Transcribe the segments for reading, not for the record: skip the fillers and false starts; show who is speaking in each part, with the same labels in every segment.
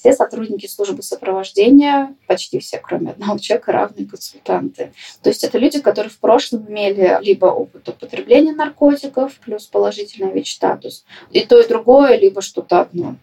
Speaker 1: Все сотрудники службы сопровождения, почти все, кроме одного человека, равные консультанты. То есть это люди, которые в прошлом имели либо опыт употребления наркотиков, плюс положительный ВИЧ-статус, и то, и другое, либо что-то одно.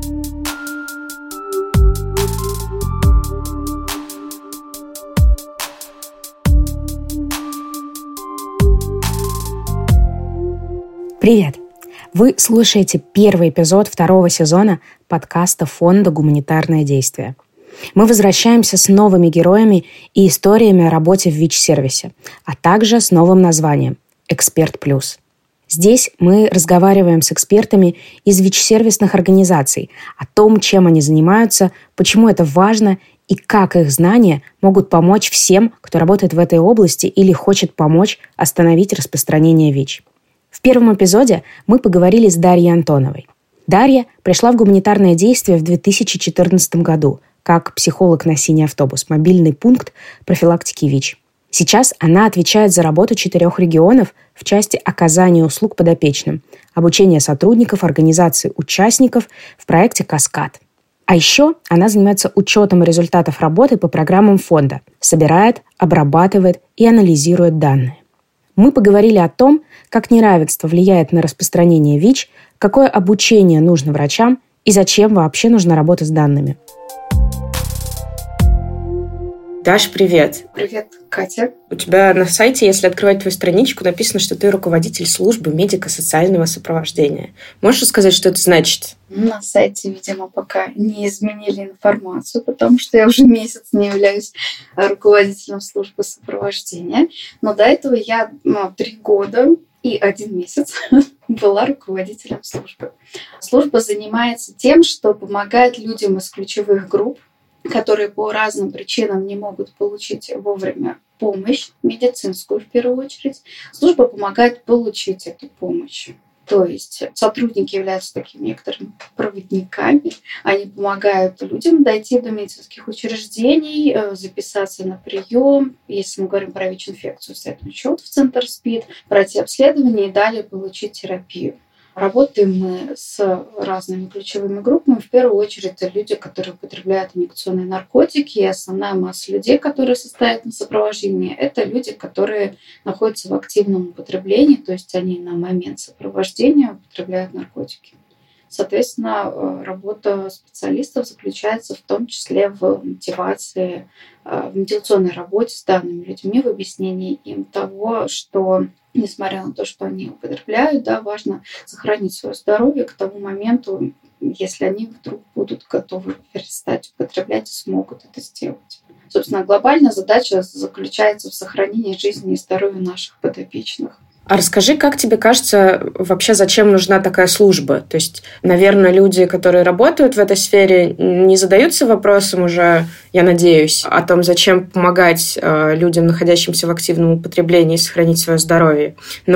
Speaker 2: Привет! Вы слушаете первый эпизод второго сезона подкаста фонда «Гуманитарное действие». Мы возвращаемся с новыми героями и историями о работе в ВИЧ-сервисе, а также с новым названием «Эксперт Плюс». Здесь мы разговариваем с экспертами из ВИЧ-сервисных организаций о том, чем они занимаются, почему это важно и как их знания могут помочь всем, кто работает в этой области или хочет помочь остановить распространение ВИЧ. В первом эпизоде мы поговорили с Дарьей Антоновой. Дарья пришла в гуманитарное действие в 2014 году как психолог на «Синий автобус», мобильный пункт профилактики ВИЧ. Сейчас она отвечает за работу 4 регионов в части оказания услуг подопечным, обучения сотрудников, организации участников в проекте «Каскад». А еще она занимается учетом результатов работы по программам фонда, собирает, обрабатывает и анализирует данные. Мы поговорили о том, как неравенство влияет на распространение ВИЧ, какое обучение нужно врачам и зачем вообще нужна работа с данными. Даш, привет.
Speaker 1: Привет, Катя.
Speaker 2: У тебя на сайте, если открывать твою страничку, написано, что ты руководитель службы медико-социального сопровождения. Можешь рассказать, что это значит?
Speaker 1: На сайте, видимо, пока не изменили информацию, потому что я уже месяц не являюсь руководителем службы сопровождения. Но до этого я 3 года и 1 месяц была руководителем службы. Служба занимается тем, что помогает людям из ключевых групп, которые по разным причинам не могут получить вовремя помощь, медицинскую в первую очередь. Служба помогает получить эту помощь. То есть сотрудники являются такими некоторыми проводниками. Они помогают людям дойти до медицинских учреждений, записаться на прием, если мы говорим про ВИЧ-инфекцию, встать на учет в центр СПИД, пройти обследование и далее получить терапию. Работаем мы с разными ключевыми группами. В первую очередь это люди, которые употребляют инъекционные наркотики. И основная масса людей, которые состоят на сопровождении, это люди, которые находятся в активном употреблении, то есть они на момент сопровождения употребляют наркотики. Соответственно, работа специалистов заключается в том числе в мотивации, в мотивационной работе с данными людьми, в объяснении им того, что несмотря на то, что они употребляют, важно сохранить свое здоровье к тому моменту, если они вдруг будут готовы перестать употреблять и смогут это сделать. Собственно, глобальная задача заключается в сохранении жизни и здоровья наших подопечных.
Speaker 2: А расскажи, как тебе кажется, вообще зачем нужна такая служба? То есть, наверное, люди, которые работают в этой сфере, не задаются вопросом уже, я надеюсь, о том, зачем помогать людям, находящимся в активном употреблении, сохранить свое здоровье.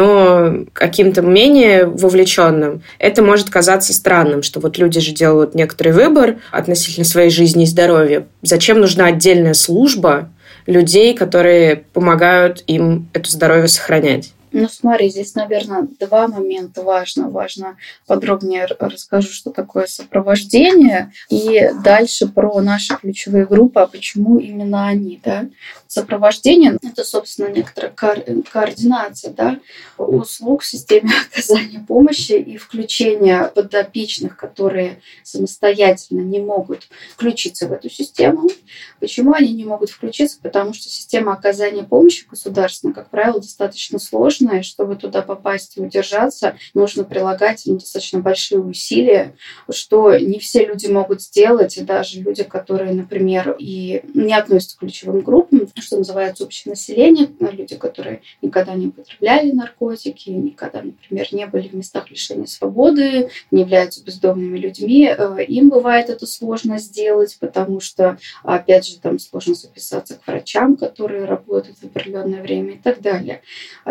Speaker 2: Но каким-то менее вовлеченным это может казаться странным, что вот люди же делают некоторый выбор относительно своей жизни и здоровья. Зачем нужна отдельная служба людей, которые помогают им это здоровье сохранять?
Speaker 1: Смотри, здесь, наверное, 2 момента важно. Важно подробнее расскажу, что такое сопровождение, и дальше про наши ключевые группы, а почему именно они. Сопровождение – это, собственно, некоторая координация услуг в системе оказания помощи и включение подопечных, которые самостоятельно не могут включиться в эту систему. Почему они не могут включиться? Потому что система оказания помощи государственная, как правило, достаточно сложная, и чтобы туда попасть и удержаться, нужно прилагать достаточно большие усилия, что не все люди могут сделать, и даже люди, которые, например, и не относятся к ключевым группам, что называется общее население, люди, которые никогда не употребляли наркотики, никогда, например, не были в местах лишения свободы, не являются бездомными людьми, им бывает это сложно сделать, потому что, опять же, там сложно записаться к врачам, которые работают в определенное время и так далее. А человек,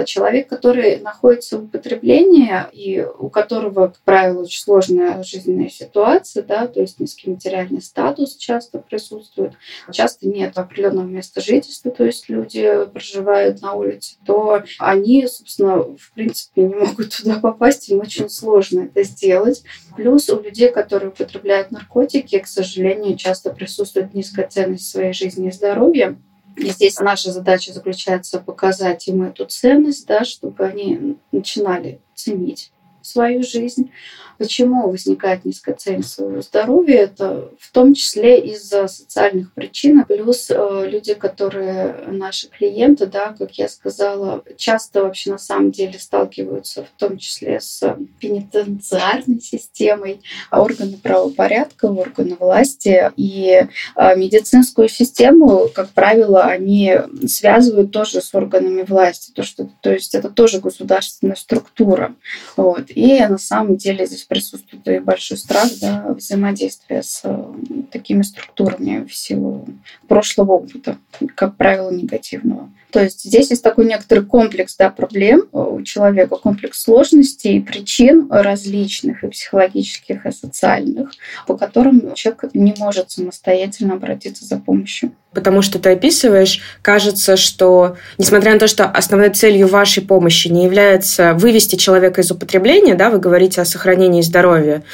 Speaker 1: человек, который находится в употреблении и у которого, как правило, очень сложная жизненная ситуация, да, то есть низкий материальный статус часто присутствует, часто нет определенного места жительства, то есть люди проживают на улице, то они, собственно, в принципе, не могут туда попасть, им очень сложно это сделать. Плюс у людей, которые употребляют наркотики, к сожалению, часто присутствует низкая ценность своей жизни и здоровья. И здесь наша задача заключается показать им эту ценность, да, чтобы они начинали ценить свою жизнь. Почему возникает низкая ценность своего здоровья? Это в том числе из-за социальных причин. Плюс люди, которые наши клиенты, да, как я сказала, часто вообще на самом деле сталкиваются в том числе с пенитенциарной системой, органы правопорядка, органы власти. И медицинскую систему, как правило, они связывают тоже с органами власти. То есть это тоже государственная структура. Вот. И на самом деле здесь присутствует и большой страх, да, взаимодействия с такими структурами в силу прошлого опыта, как правило, негативного. То есть здесь есть такой некоторый комплекс, да, проблем у человека, комплекс сложностей и причин различных, и психологических, и социальных, по которым человек не может самостоятельно обратиться за помощью.
Speaker 2: Потому что ты описываешь, кажется, что, несмотря на то, что основной целью вашей помощи не является вывести человека из употребления, да, вы говорите о сохранении здоровья,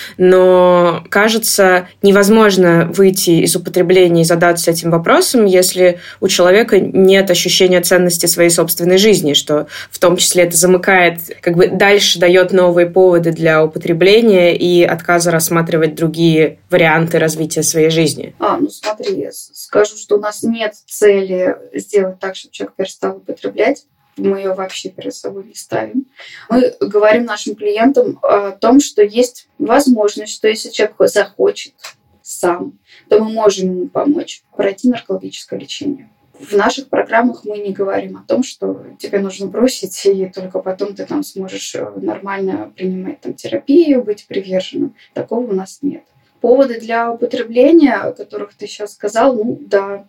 Speaker 2: но, кажется, невозможно выйти из употребления и задаться этим вопросом, если у человека нет ощущения ценности своей собственной жизни, что в том числе это замыкает, как бы дальше дает новые поводы для употребления и отказа рассматривать другие варианты развития своей жизни.
Speaker 1: Смотри, я скажу, что у нас нет цели сделать так, чтобы человек перестал употреблять. Мы ее вообще перед собой не ставим. Мы говорим нашим клиентам о том, что есть возможность, что если человек захочет сам, то мы можем ему помочь пройти наркологическое лечение. В наших программах мы не говорим о том, что тебе нужно бросить, и только потом ты там сможешь нормально принимать там терапию, быть приверженным. Такого у нас нет. Поводы для употребления, о которых ты сейчас сказал, да,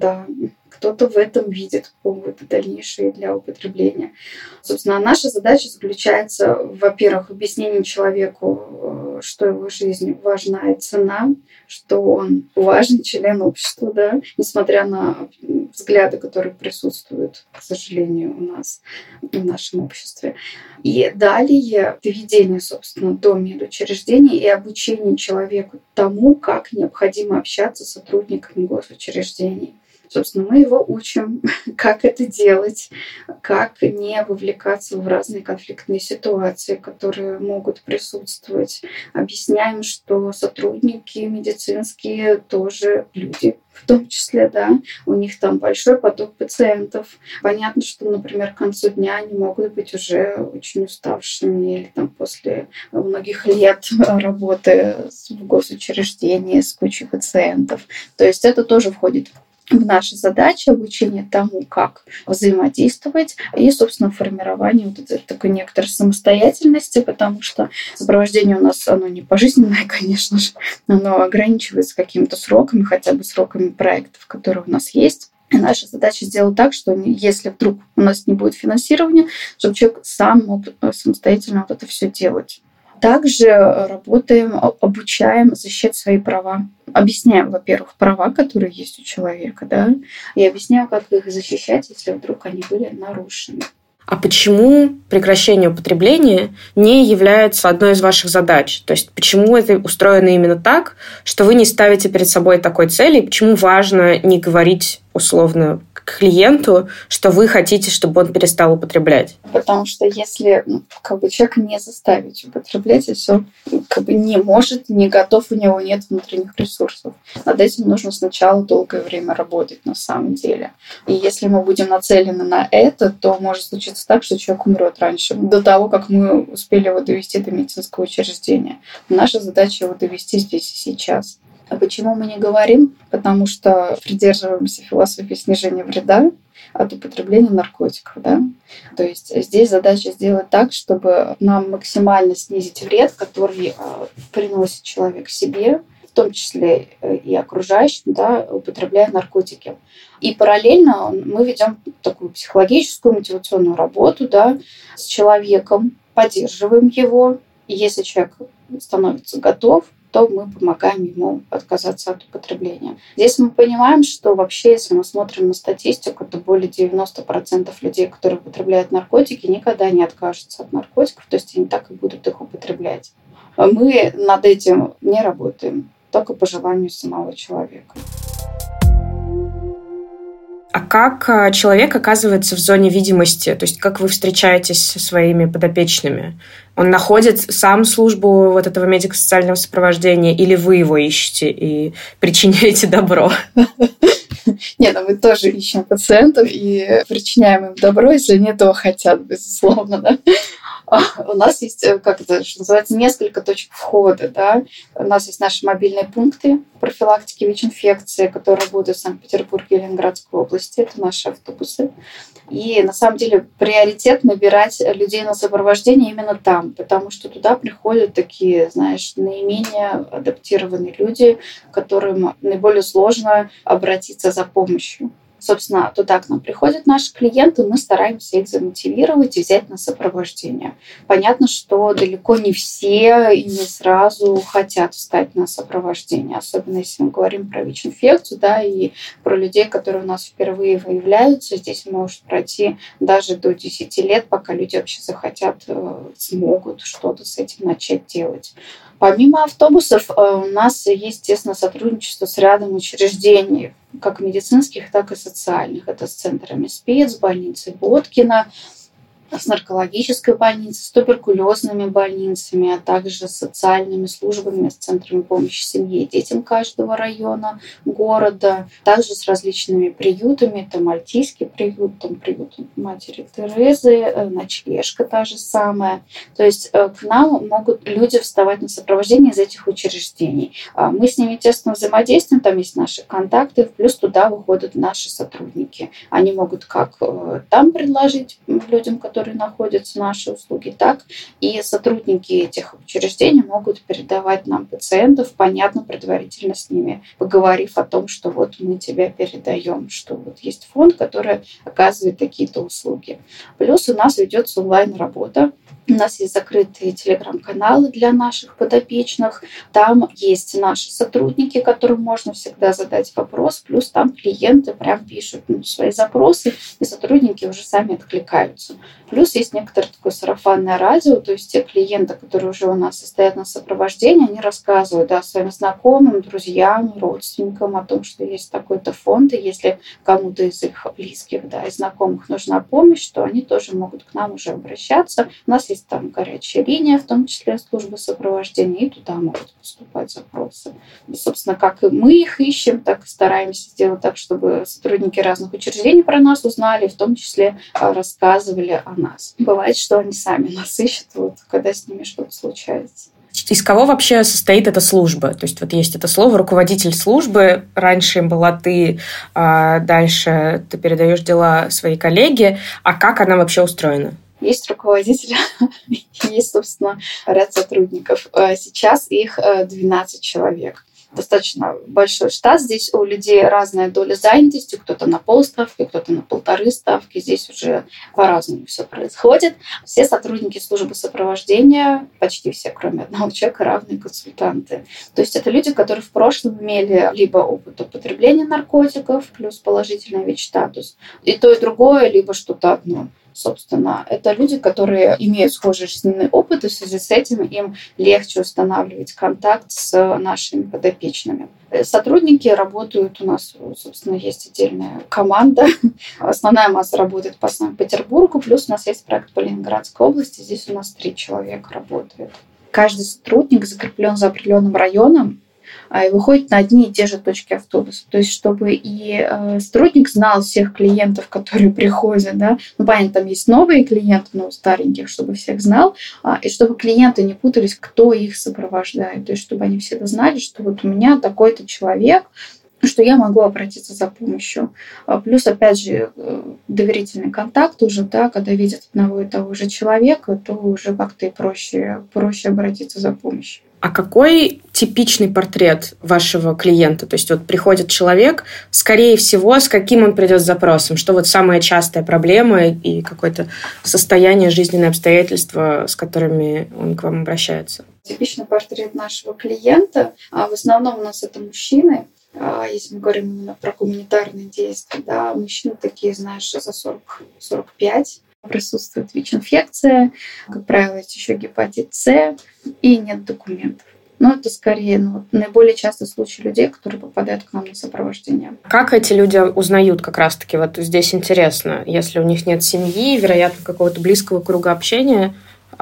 Speaker 1: кто-то в этом видит поводы дальнейшие для употребления. Собственно, наша задача заключается, во-первых, в объяснении человеку, что его жизнь важна и цена, что он важный член общества, да, несмотря на взгляды, которые присутствуют, к сожалению, у нас в нашем обществе. И далее доведение, собственно, до медучреждений и обучение человеку тому, как необходимо общаться с сотрудниками госучреждений. Собственно, мы его учим, как это делать, как не вовлекаться в разные конфликтные ситуации, которые могут присутствовать. Объясняем, что сотрудники медицинские тоже люди, в том числе, да, у них там большой поток пациентов. Понятно, что, например, к концу дня они могут быть уже очень уставшими или там после многих лет работы в госучреждении с кучей пациентов. То есть это тоже входит в наши задачи, обучение тому, как взаимодействовать и, собственно, формирование вот этой такой некоторой самостоятельности, потому что сопровождение у нас, оно не пожизненное, конечно же, оно ограничивается какими-то сроками, хотя бы сроками проектов, которые у нас есть. И наша задача сделать так, что если вдруг у нас не будет финансирования, чтобы человек сам мог самостоятельно вот это все делать. Также работаем, обучаем защищать свои права. Объясняем, во-первых, права, которые есть у человека, да, и объясняем, как их защищать, если вдруг они были нарушены.
Speaker 2: А почему прекращение употребления не является одной из ваших задач? То есть почему это устроено именно так, что вы не ставите перед собой такой цели? И почему важно не говорить условно к клиенту, что вы хотите, чтобы он перестал употреблять?
Speaker 1: Потому что если человека не заставить употреблять, и все не может, не готов, у него нет внутренних ресурсов. Над этим нужно сначала долгое время работать на самом деле. И если мы будем нацелены на это, то может случиться так, что человек умрет раньше, до того, как мы успели его довести до медицинского учреждения. Наша задача его довести здесь и сейчас. А почему мы не говорим? Потому что придерживаемся философии снижения вреда от употребления наркотиков. Да? То есть здесь задача сделать так, чтобы нам максимально снизить вред, который приносит человек себе, в том числе и окружающим, да, употребляя наркотики. И параллельно мы ведем такую психологическую, мотивационную работу, да, с человеком, поддерживаем его. И если человек становится готов, то мы помогаем ему отказаться от употребления. Здесь мы понимаем, что вообще, если мы смотрим на статистику, то более 90% людей, которые употребляют наркотики, никогда не откажутся от наркотиков, то есть они так и будут их употреблять. Мы над этим не работаем, только по желанию самого человека.
Speaker 2: А как человек оказывается в зоне видимости? То есть как вы встречаетесь со своими подопечными? Он находит сам службу вот этого медико-социального сопровождения или вы его ищете и причиняете добро?
Speaker 1: Нет, мы тоже ищем пациентов и причиняем им добро, если они этого хотят, безусловно. Да? У нас есть, что называется, несколько точек входа. Да? У нас есть наши мобильные пункты профилактики ВИЧ-инфекции, которые работают в Санкт-Петербурге и Ленинградской области. Это наши автобусы. И на самом деле приоритет набирать людей на сопровождение именно там, потому что туда приходят такие, наименее адаптированные люди, которым наиболее сложно обратиться за помощью. Собственно, туда к нам приходят наши клиенты, мы стараемся их замотивировать и взять на сопровождение. Понятно, что далеко не все и не сразу хотят встать на сопровождение, особенно если мы говорим про ВИЧ-инфекцию, да, и про людей, которые у нас впервые выявляются. Здесь может пройти даже до 10 лет, пока люди вообще захотят, смогут что-то с этим начать делать. Помимо автобусов, у нас есть, естественно, сотрудничество с рядом учреждений, как медицинских, так и социальных. Это с центрами СПИД, с больницей Боткина, с наркологической больницей, с туберкулезными больницами, а также с социальными службами, с центрами помощи семье и детям каждого района города, также с различными приютами, это Мальтийский приют, там приют матери Терезы, ночлежка та же самая. То есть к нам могут люди вставать на сопровождение из этих учреждений. Мы с ними тесно взаимодействуем, там есть наши контакты, плюс туда выходят наши сотрудники. Они могут как там предложить людям, которые находятся наши услуги, так и сотрудники этих учреждений могут передавать нам пациентов, понятно, предварительно с ними поговорив о том, что вот мы тебя передаем, что вот есть фонд, который оказывает такие-то услуги. Плюс у нас ведется онлайн-работа. У нас есть закрытые телеграм-каналы для наших подопечных. Там есть наши сотрудники, которым можно всегда задать вопрос. Плюс там клиенты прям пишут свои запросы, и сотрудники уже сами откликаются. Плюс есть некоторое такое сарафанное радио, то есть те клиенты, которые уже у нас состоят на сопровождении, они рассказывают своим знакомым, друзьям, родственникам о том, что есть такой-то фонд, и если кому-то из их близких, и знакомых нужна помощь, то они тоже могут к нам уже обращаться. У нас есть там горячая линия, в том числе служба сопровождения, и туда могут поступать запросы. И, собственно, как и мы их ищем, так и стараемся сделать так, чтобы сотрудники разных учреждений про нас узнали, в том числе рассказывали о нас. Бывает, что они сами нас ищут, когда с ними что-то случается.
Speaker 2: Из кого вообще состоит эта служба? То есть вот есть это слово «руководитель службы». Раньше им была ты, а дальше ты передаешь дела своей коллеге. А как она вообще устроена?
Speaker 1: Есть руководитель, есть, собственно, ряд сотрудников. Сейчас их 12 человек. Достаточно большой штат. Здесь у людей разная доля занятости. Кто-то на полставки, кто-то на 1,5 ставки. Здесь уже по-разному все происходит. Все сотрудники службы сопровождения, почти все, кроме одного человека, равные консультанты. То есть это люди, которые в прошлом имели либо опыт употребления наркотиков, плюс положительный ВИЧ-статус, и то, и другое, либо что-то одно. Собственно, это люди, которые имеют схожий жизненный опыт, и в связи с этим им легче устанавливать контакт с нашими подопечными. Сотрудники работают у нас, собственно, есть отдельная команда. Основная масса работает по Санкт-Петербургу, плюс у нас есть проект по Ленинградской области, здесь у нас 3 человека работает. Каждый сотрудник закреплен за определенным районом и выходит на одни и те же точки автобуса. То есть, чтобы и сотрудник знал всех клиентов, которые приходят, да, понятно, там есть новые клиенты, но стареньких, чтобы всех знал, и чтобы клиенты не путались, кто их сопровождает. То есть, чтобы они всегда знали, что вот у меня такой-то человек, что я могу обратиться за помощью. Плюс, опять же, доверительный контакт уже, да, когда видят одного и того же человека, то уже как-то и проще обратиться за помощью.
Speaker 2: А какой типичный портрет вашего клиента? То есть вот приходит человек, скорее всего, с каким он придет с запросом? Что вот самая частая проблема и какое-то состояние, жизненные обстоятельства, с которыми он к вам обращается?
Speaker 1: Типичный портрет нашего клиента. В основном у нас это мужчины. Если мы говорим именно про гуманитарные действия, да, мужчины такие, знаешь, за 40-45. Присутствует ВИЧ-инфекция, как правило, есть еще гепатит С, и нет документов. Но это скорее наиболее частый случай людей, которые попадают к нам на сопровождение.
Speaker 2: Как эти люди узнают как раз-таки? Вот здесь интересно, если у них нет семьи, вероятно, какого-то близкого круга общения,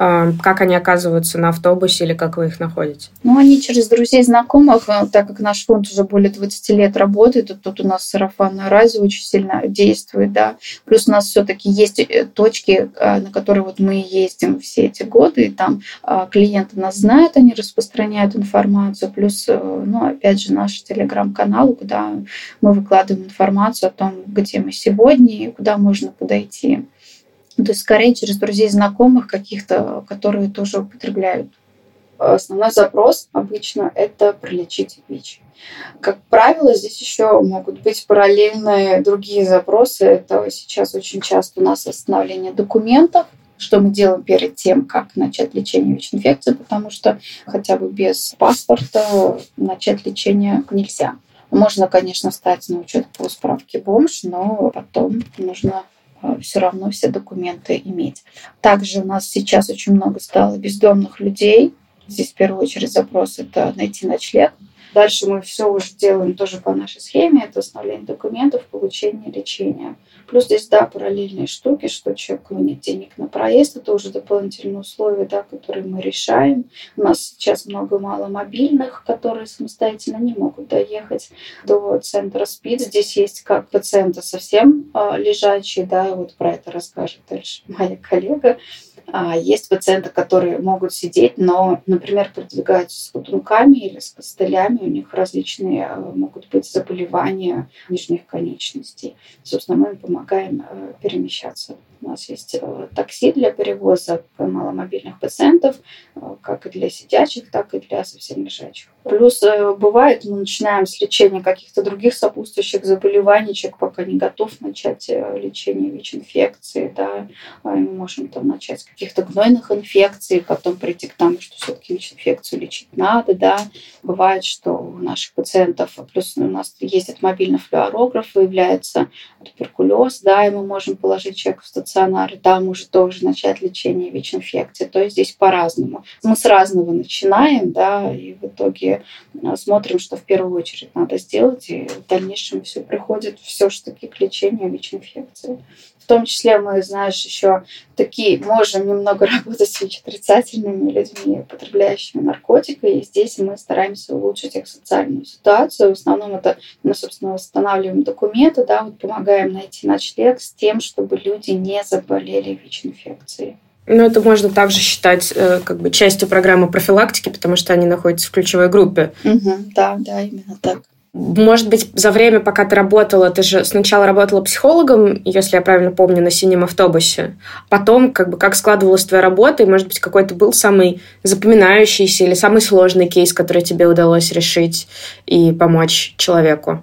Speaker 2: как они оказываются на автобусе или как вы их находите?
Speaker 1: Они через друзей, знакомых, так как наш фонд уже более 20 лет работает, и тут у нас сарафанное радио очень сильно действует, да. Плюс у нас все-таки есть точки, на которые вот мы ездим все эти годы, и там клиенты нас знают, они распространяют информацию. Плюс, опять же, наш телеграм-канал, куда мы выкладываем информацию о том, где мы сегодня и куда можно подойти. То есть, скорее, через друзей, знакомых каких-то, которые тоже употребляют. Основной запрос обычно – это пролечить ВИЧ. Как правило, здесь еще могут быть параллельные другие запросы. Это сейчас очень часто у нас восстановление документов, что мы делаем перед тем, как начать лечение ВИЧ-инфекции, потому что хотя бы без паспорта начать лечение нельзя. Можно, конечно, встать на учет по справке БОМЖ, но потом нужно все равно все документы иметь. Также у нас сейчас очень много стало бездомных людей. Здесь в первую очередь запрос – это найти ночлег. Дальше мы все уже делаем тоже по нашей схеме. Это восстановление документов, получение лечения. Плюс здесь, да, параллельные штуки, что человеку нет денег на проезд. Это уже дополнительные условия, да, которые мы решаем. У нас сейчас много маломобильных, которые самостоятельно не могут доехать до центра СПИД. Здесь есть как пациенты совсем лежачие, да, и вот про это расскажет дальше моя коллега. Есть пациенты, которые могут сидеть, но, например, передвигаются с ходунками или с костылями. У них различные могут быть заболевания нижних конечностей. Собственно, мы им помогаем перемещаться. У нас есть такси для перевоза маломобильных пациентов, как и для сидячих, так и для совсем лежачих. Плюс бывает, мы начинаем с лечения каких-то других сопутствующих заболеваний. Человек пока не готов начать лечение ВИЧ-инфекции, да, мы можем там начать с каких-то гнойных инфекций, потом прийти к тому, что все-таки ВИЧ-инфекцию лечить надо, да. Бывает, что у наших пациентов, плюс у нас ездит мобильный флюорограф, выявляется туберкулез, да, и мы можем положить человека в стационар, и там уже тоже начать лечение ВИЧ-инфекции. То есть здесь по-разному. Мы с разного начинаем, да, и в итоге смотрим, что в первую очередь надо сделать, и в дальнейшем все приходит все-таки к лечению ВИЧ-инфекции. В том числе мы, знаешь, еще такие можем немного работать с ВИЧ-отрицательными людьми, потребляющими наркотики, и здесь мы стараемся улучшить их социальную ситуацию. В основном это мы, собственно, восстанавливаем документы, да, вот помогаем найти ночлег с тем, чтобы люди не заболели ВИЧ-инфекцией.
Speaker 2: Это можно также считать как бы частью программы профилактики, потому что они находятся в ключевой группе.
Speaker 1: Да, именно так.
Speaker 2: Может быть, за время, пока ты работала, ты же сначала работала психологом, если я правильно помню, на синем автобусе. Потом, как складывалась твоя работа, и, может быть, какой-то был самый запоминающийся или самый сложный кейс, который тебе удалось решить и помочь человеку?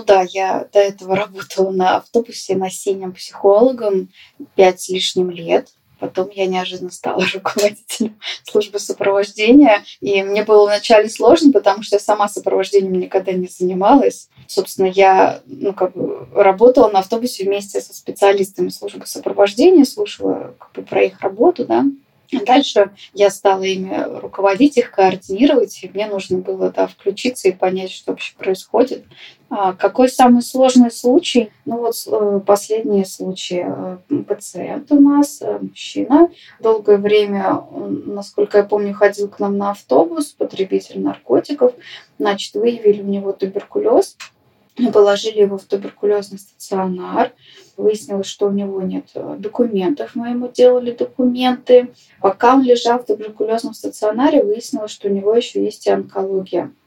Speaker 1: Я до этого работала на автобусе на синем психологом 5 с лишним лет. Потом я неожиданно стала руководителем службы сопровождения. И мне было вначале сложно, потому что я сама сопровождением никогда не занималась. Собственно, я работала на автобусе вместе со специалистами службы сопровождения, слушала про их работу, да. И дальше я стала ими руководить, их координировать, и мне нужно было включиться и понять, что вообще происходит. Какой самый сложный случай? Последний случай. Пациент у нас, мужчина, долгое время, насколько я помню, ходил к нам на автобус, потребитель наркотиков. Выявили у него туберкулез. Положили его в туберкулезный стационар. Выяснилось, что у него нет документов. Мы ему делали документы. Пока он лежал в туберкулезном стационаре, выяснилось, что у него еще есть и онкология.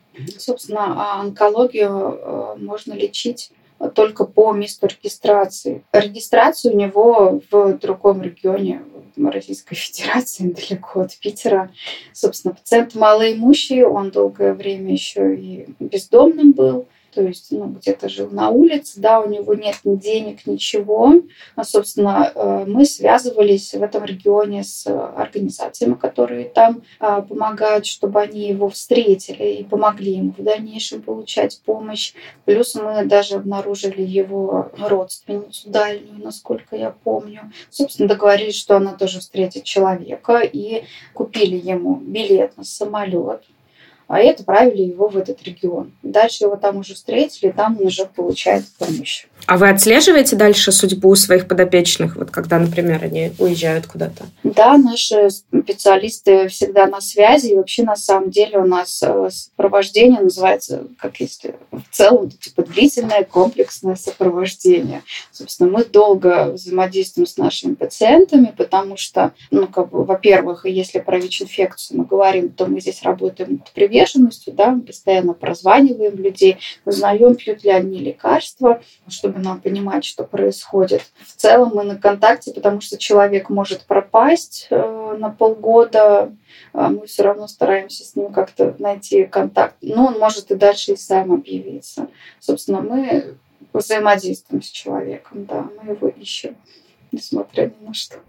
Speaker 1: Собственно, онкологию можно лечить только по месту регистрации. Регистрация у него в другом регионе Российской Федерации, далеко от Питера. Собственно, пациент малоимущий, он долгое время еще и бездомным был. То есть, где-то жил на улице, да, у него нет ни денег, ничего. Собственно, мы связывались в этом регионе с организациями, которые там помогают, чтобы они его встретили и помогли ему в дальнейшем получать помощь. Плюс мы даже обнаружили его родственницу дальнюю, насколько я помню. Собственно, договорились, что она тоже встретит человека, и купили ему билет на самолет. И отправили его в этот регион. Дальше его там уже встретили, там он уже получает помощь.
Speaker 2: А вы отслеживаете дальше судьбу своих подопечных, вот когда, например, они уезжают куда-то?
Speaker 1: Да, наши специалисты всегда на связи. И вообще, на самом деле, у нас сопровождение называется, как если в целом, типа длительное комплексное сопровождение. Собственно, мы долго взаимодействуем с нашими пациентами, потому что, во-первых, если про ВИЧ-инфекцию мы говорим, то мы здесь работаем с приверженностью, да, мы постоянно прозваниваем людей, узнаем, пьют ли они лекарства, чтобы нам понимать, что происходит. В целом мы на контакте, потому что человек может пропасть на полгода, мы все равно стараемся с ним как-то найти контакт. Но он может и дальше и сам объявиться. Собственно, мы взаимодействуем с человеком, да, мы его ищем, несмотря ни на что.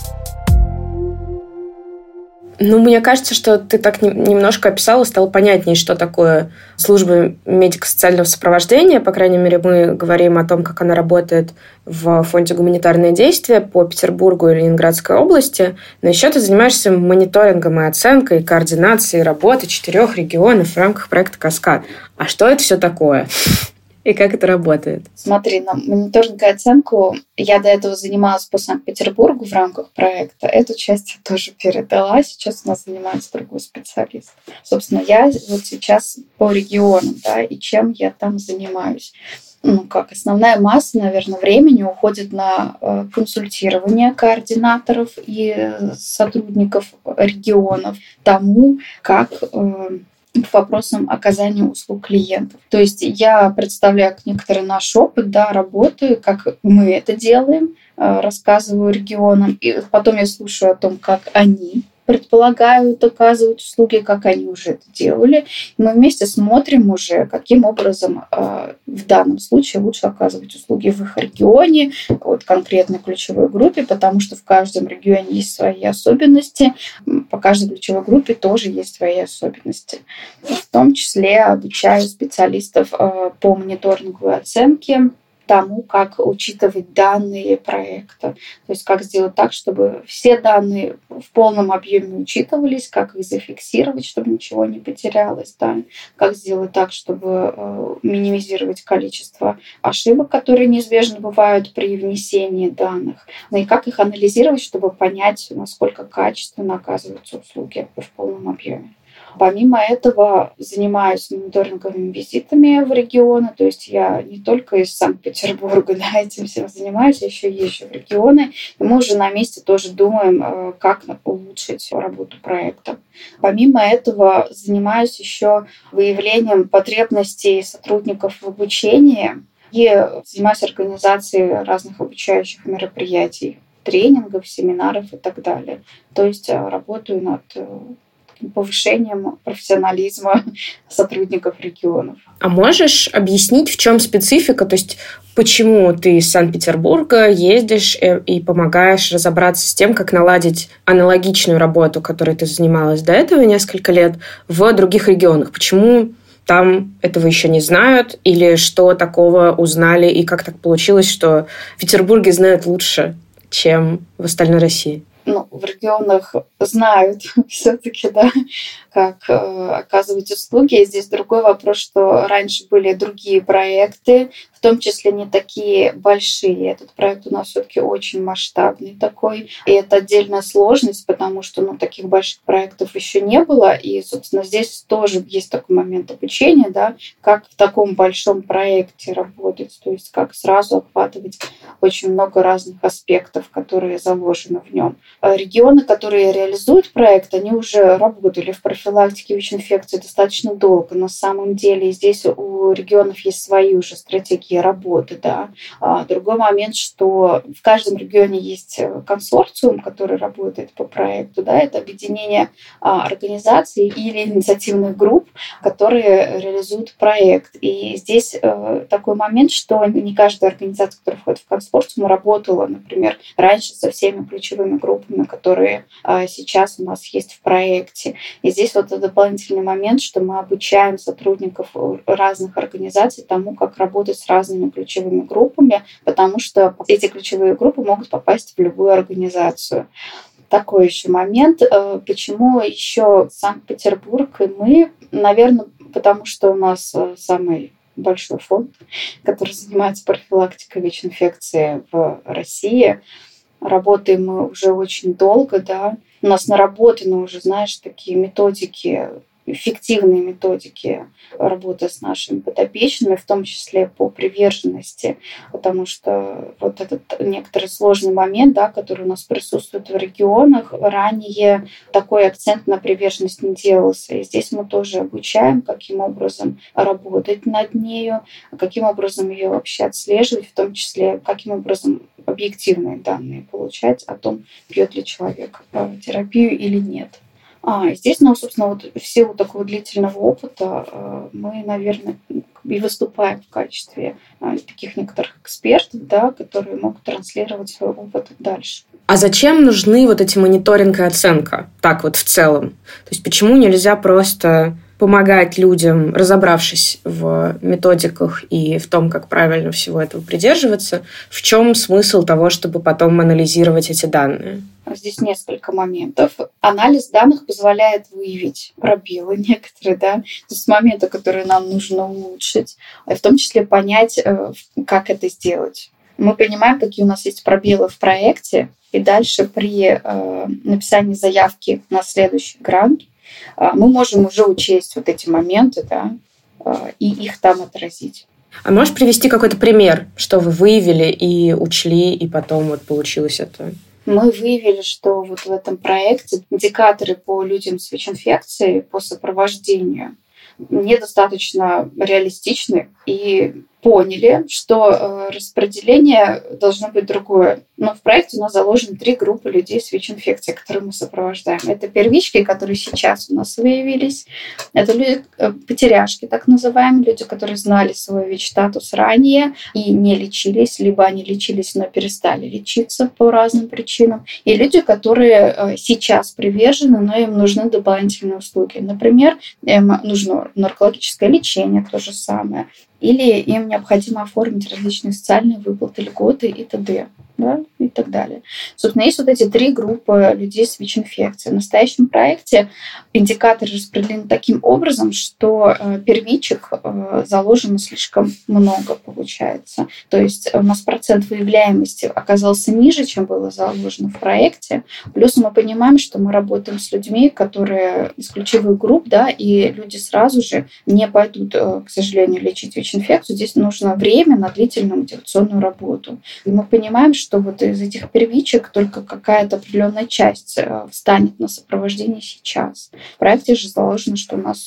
Speaker 2: Мне кажется, что ты так немножко описала, стало понятнее, что такое служба медико-социального сопровождения. По крайней мере, мы говорим о том, как она работает в фонде «Гуманитарное действие» по Петербургу и Ленинградской области. Но еще ты занимаешься мониторингом и оценкой, координацией работы 4 регионов в рамках проекта «Каскад». А что это все такое? И как это работает?
Speaker 1: Смотри, на мониторинг и оценку я до этого занималась по Санкт-Петербургу в рамках проекта. Эту часть я тоже передала. Сейчас у нас занимается другой специалист. Собственно, я вот сейчас по регионам, да, и чем я там занимаюсь. Основная масса, наверное, времени уходит на консультирование координаторов и сотрудников регионов тому, как по вопросам оказания услуг клиентов. То есть я представляю некоторый наш опыт, да, работы, как мы это делаем, рассказываю регионам, и потом я слушаю о том, как они предполагают оказывать услуги, как они уже это делали. И мы вместе смотрим уже, каким образом в данном случае лучше оказывать услуги в их регионе, вот конкретной ключевой группе, потому что в каждом регионе есть свои особенности, по каждой ключевой группе тоже есть свои особенности. В том числе обучаю специалистов по мониторингу и оценке тому, как учитывать данные проекта. То есть как сделать так, чтобы все данные в полном объеме учитывались, как их зафиксировать, чтобы ничего не потерялось, да? Как сделать так, чтобы минимизировать количество ошибок, которые неизбежно бывают при внесении данных, и как их анализировать, чтобы понять, насколько качественно оказываются услуги в полном объеме. Помимо этого занимаюсь мониторинговыми визитами в регионы, то есть я не только из Санкт-Петербурга этим всем занимаюсь, я еще езжу в регионы, и мы уже на месте тоже думаем, как улучшить работу проекта. Помимо этого занимаюсь еще выявлением потребностей сотрудников в обучении и занимаюсь организацией разных обучающих мероприятий, тренингов, семинаров и так далее. То есть работаю над повышением профессионализма сотрудников регионов.
Speaker 2: А можешь объяснить, в чем специфика? То есть почему ты из Санкт-Петербурга ездишь и помогаешь разобраться с тем, как наладить аналогичную работу, которой ты занималась до этого несколько лет, в других регионах? Почему там этого еще не знают? Или что такого узнали? И как так получилось, что в Петербурге знают лучше, чем в остальной России?
Speaker 1: В регионах знают все-таки, да, как оказывать услуги. И здесь другой вопрос, что раньше были другие проекты, в том числе не такие большие. Этот проект у нас все-таки очень масштабный такой. И это отдельная сложность, потому что таких больших проектов еще не было. И, собственно, здесь тоже есть такой момент обучения, да, как в таком большом проекте работать, то есть как сразу охватывать очень много разных аспектов, которые заложены в нем. Регионы, которые реализуют проект, они уже работали в профилактике ВИЧ-инфекции достаточно долго. На самом деле здесь у регионов есть свои уже стратегии работы. Да. Другой момент, что в каждом регионе есть консорциум, который работает по проекту. Да, это объединение организаций или инициативных групп, которые реализуют проект. И здесь такой момент, что не каждая организация, которая входит в консорциум, работала, например, раньше со всеми ключевыми группами, которые сейчас у нас есть в проекте. И здесь вот дополнительный момент, что мы обучаем сотрудников разных организаций тому, как работать с разными ключевыми группами, потому что эти ключевые группы могут попасть в любую организацию. Такой еще момент. Почему еще Санкт-Петербург и мы? Наверное, потому что у нас самый большой фонд, который занимается профилактикой ВИЧ-инфекции в России. Работаем мы уже очень долго, да. У нас наработаны уже, такие методики, эффективные методики работы с нашими подопечными, в том числе по приверженности, потому что вот этот некоторый сложный момент, да, который у нас присутствует в регионах, ранее такой акцент на приверженность не делался. И здесь мы тоже обучаем, каким образом работать над нею, каким образом ее вообще отслеживать, в том числе, каким образом объективные данные получать о том, пьет ли человек терапию или нет. Здесь, собственно, вот в силу такого длительного опыта мы, наверное, и выступаем в качестве таких некоторых экспертов, да, которые могут транслировать свой опыт дальше.
Speaker 2: А зачем нужны вот эти мониторинг и оценка? Так вот в целом. То есть почему нельзя просто помогать людям, разобравшись в методиках и в том, как правильно всего этого придерживаться, в чем смысл того, чтобы потом анализировать эти данные?
Speaker 1: Здесь несколько моментов. Анализ данных позволяет выявить пробелы некоторые, да, то есть моменты, которые нам нужно улучшить, в том числе понять, как это сделать. Мы понимаем, какие у нас есть пробелы в проекте, и дальше при написании заявки на следующий грант мы можем уже учесть вот эти моменты, да, и их там отразить.
Speaker 2: А можешь привести какой-то пример, что вы выявили и учли, и потом вот получилось это?
Speaker 1: Мы выявили, что вот в этом проекте индикаторы по людям с ВИЧ-инфекцией, по сопровождению недостаточно реалистичны, и поняли, что распределение должно быть другое. Но в проекте у нас заложены 3 группы людей с ВИЧ-инфекцией, которые мы сопровождаем. Это первички, которые сейчас у нас выявились. Это люди, потеряшки, так называемые, люди, которые знали свой ВИЧ-статус ранее и не лечились, либо они лечились, но перестали лечиться по разным причинам. И люди, которые сейчас привержены, но им нужны дополнительные услуги. Например, им нужно наркологическое лечение, то же самое. Или им необходимо оформить различные социальные выплаты, льготы и т.д. Да, и так далее. Собственно, есть вот эти 3 группы людей с ВИЧ-инфекцией. В настоящем проекте индикаторы распределены таким образом, что первичек заложено слишком много, получается. То есть у нас процент выявляемости оказался ниже, чем было заложено в проекте. Плюс мы понимаем, что мы работаем с людьми, которые из ключевых групп, да, и люди сразу же не пойдут, к сожалению, лечить ВИЧ-инфекцию. Здесь нужно время на длительную мотивационную работу. И мы понимаем, что вот из этих первичек только какая-то определенная часть встанет на сопровождение сейчас. В проекте же заложено, что у нас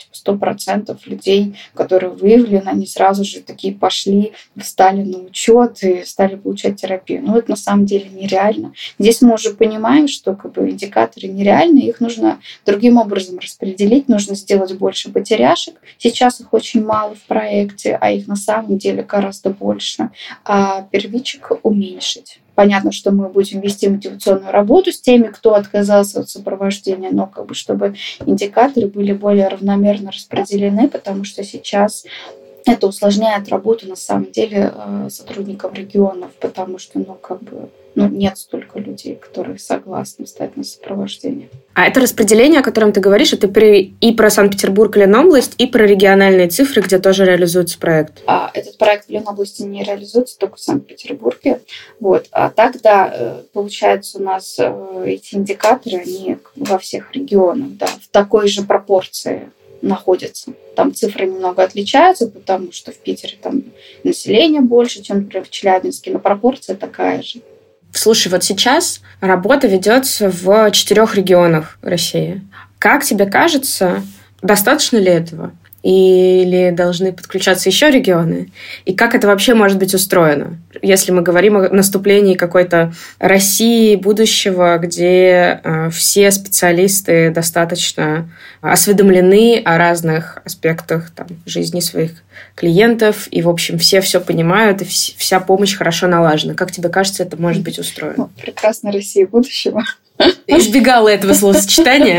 Speaker 1: 100% людей, которые выявлены, они сразу же такие пошли, встали на учет и стали получать терапию. Но это на самом деле нереально. Здесь мы уже понимаем, что индикаторы нереальны, их нужно другим образом распределить, нужно сделать больше потеряшек. Сейчас их очень мало в проекте, а их на самом деле гораздо больше. А первичек уменьшить. Понятно, что мы будем вести мотивационную работу с теми, кто отказался от сопровождения, но чтобы индикаторы были более равномерно распределены, потому что сейчас это усложняет работу на самом деле сотрудников регионов, потому что нет столько людей, которые согласны встать на сопровождение.
Speaker 2: А это распределение, о котором ты говоришь, это и про Санкт-Петербург, Ленобласть, и про региональные цифры, где тоже реализуется проект?
Speaker 1: Этот проект в Ленобласти не реализуется, только в Санкт-Петербурге. А тогда, получается, у нас эти индикаторы, они во всех регионах, в такой же пропорции находятся. Там цифры немного отличаются, потому что в Питере там население больше, чем, например, в Челябинске, но пропорция такая же.
Speaker 2: Слушай, вот сейчас работа ведется в 4 регионах России. Как тебе кажется, достаточно ли этого? Или должны подключаться еще регионы? И как это вообще может быть устроено? Если мы говорим о наступлении какой-то России будущего, где все специалисты достаточно осведомлены о разных аспектах жизни своих клиентов, и, в общем, все понимают, и вся помощь хорошо налажена. Как тебе кажется, это может быть устроено?
Speaker 1: Прекрасная Россия будущего.
Speaker 2: Избегала этого словосочетания.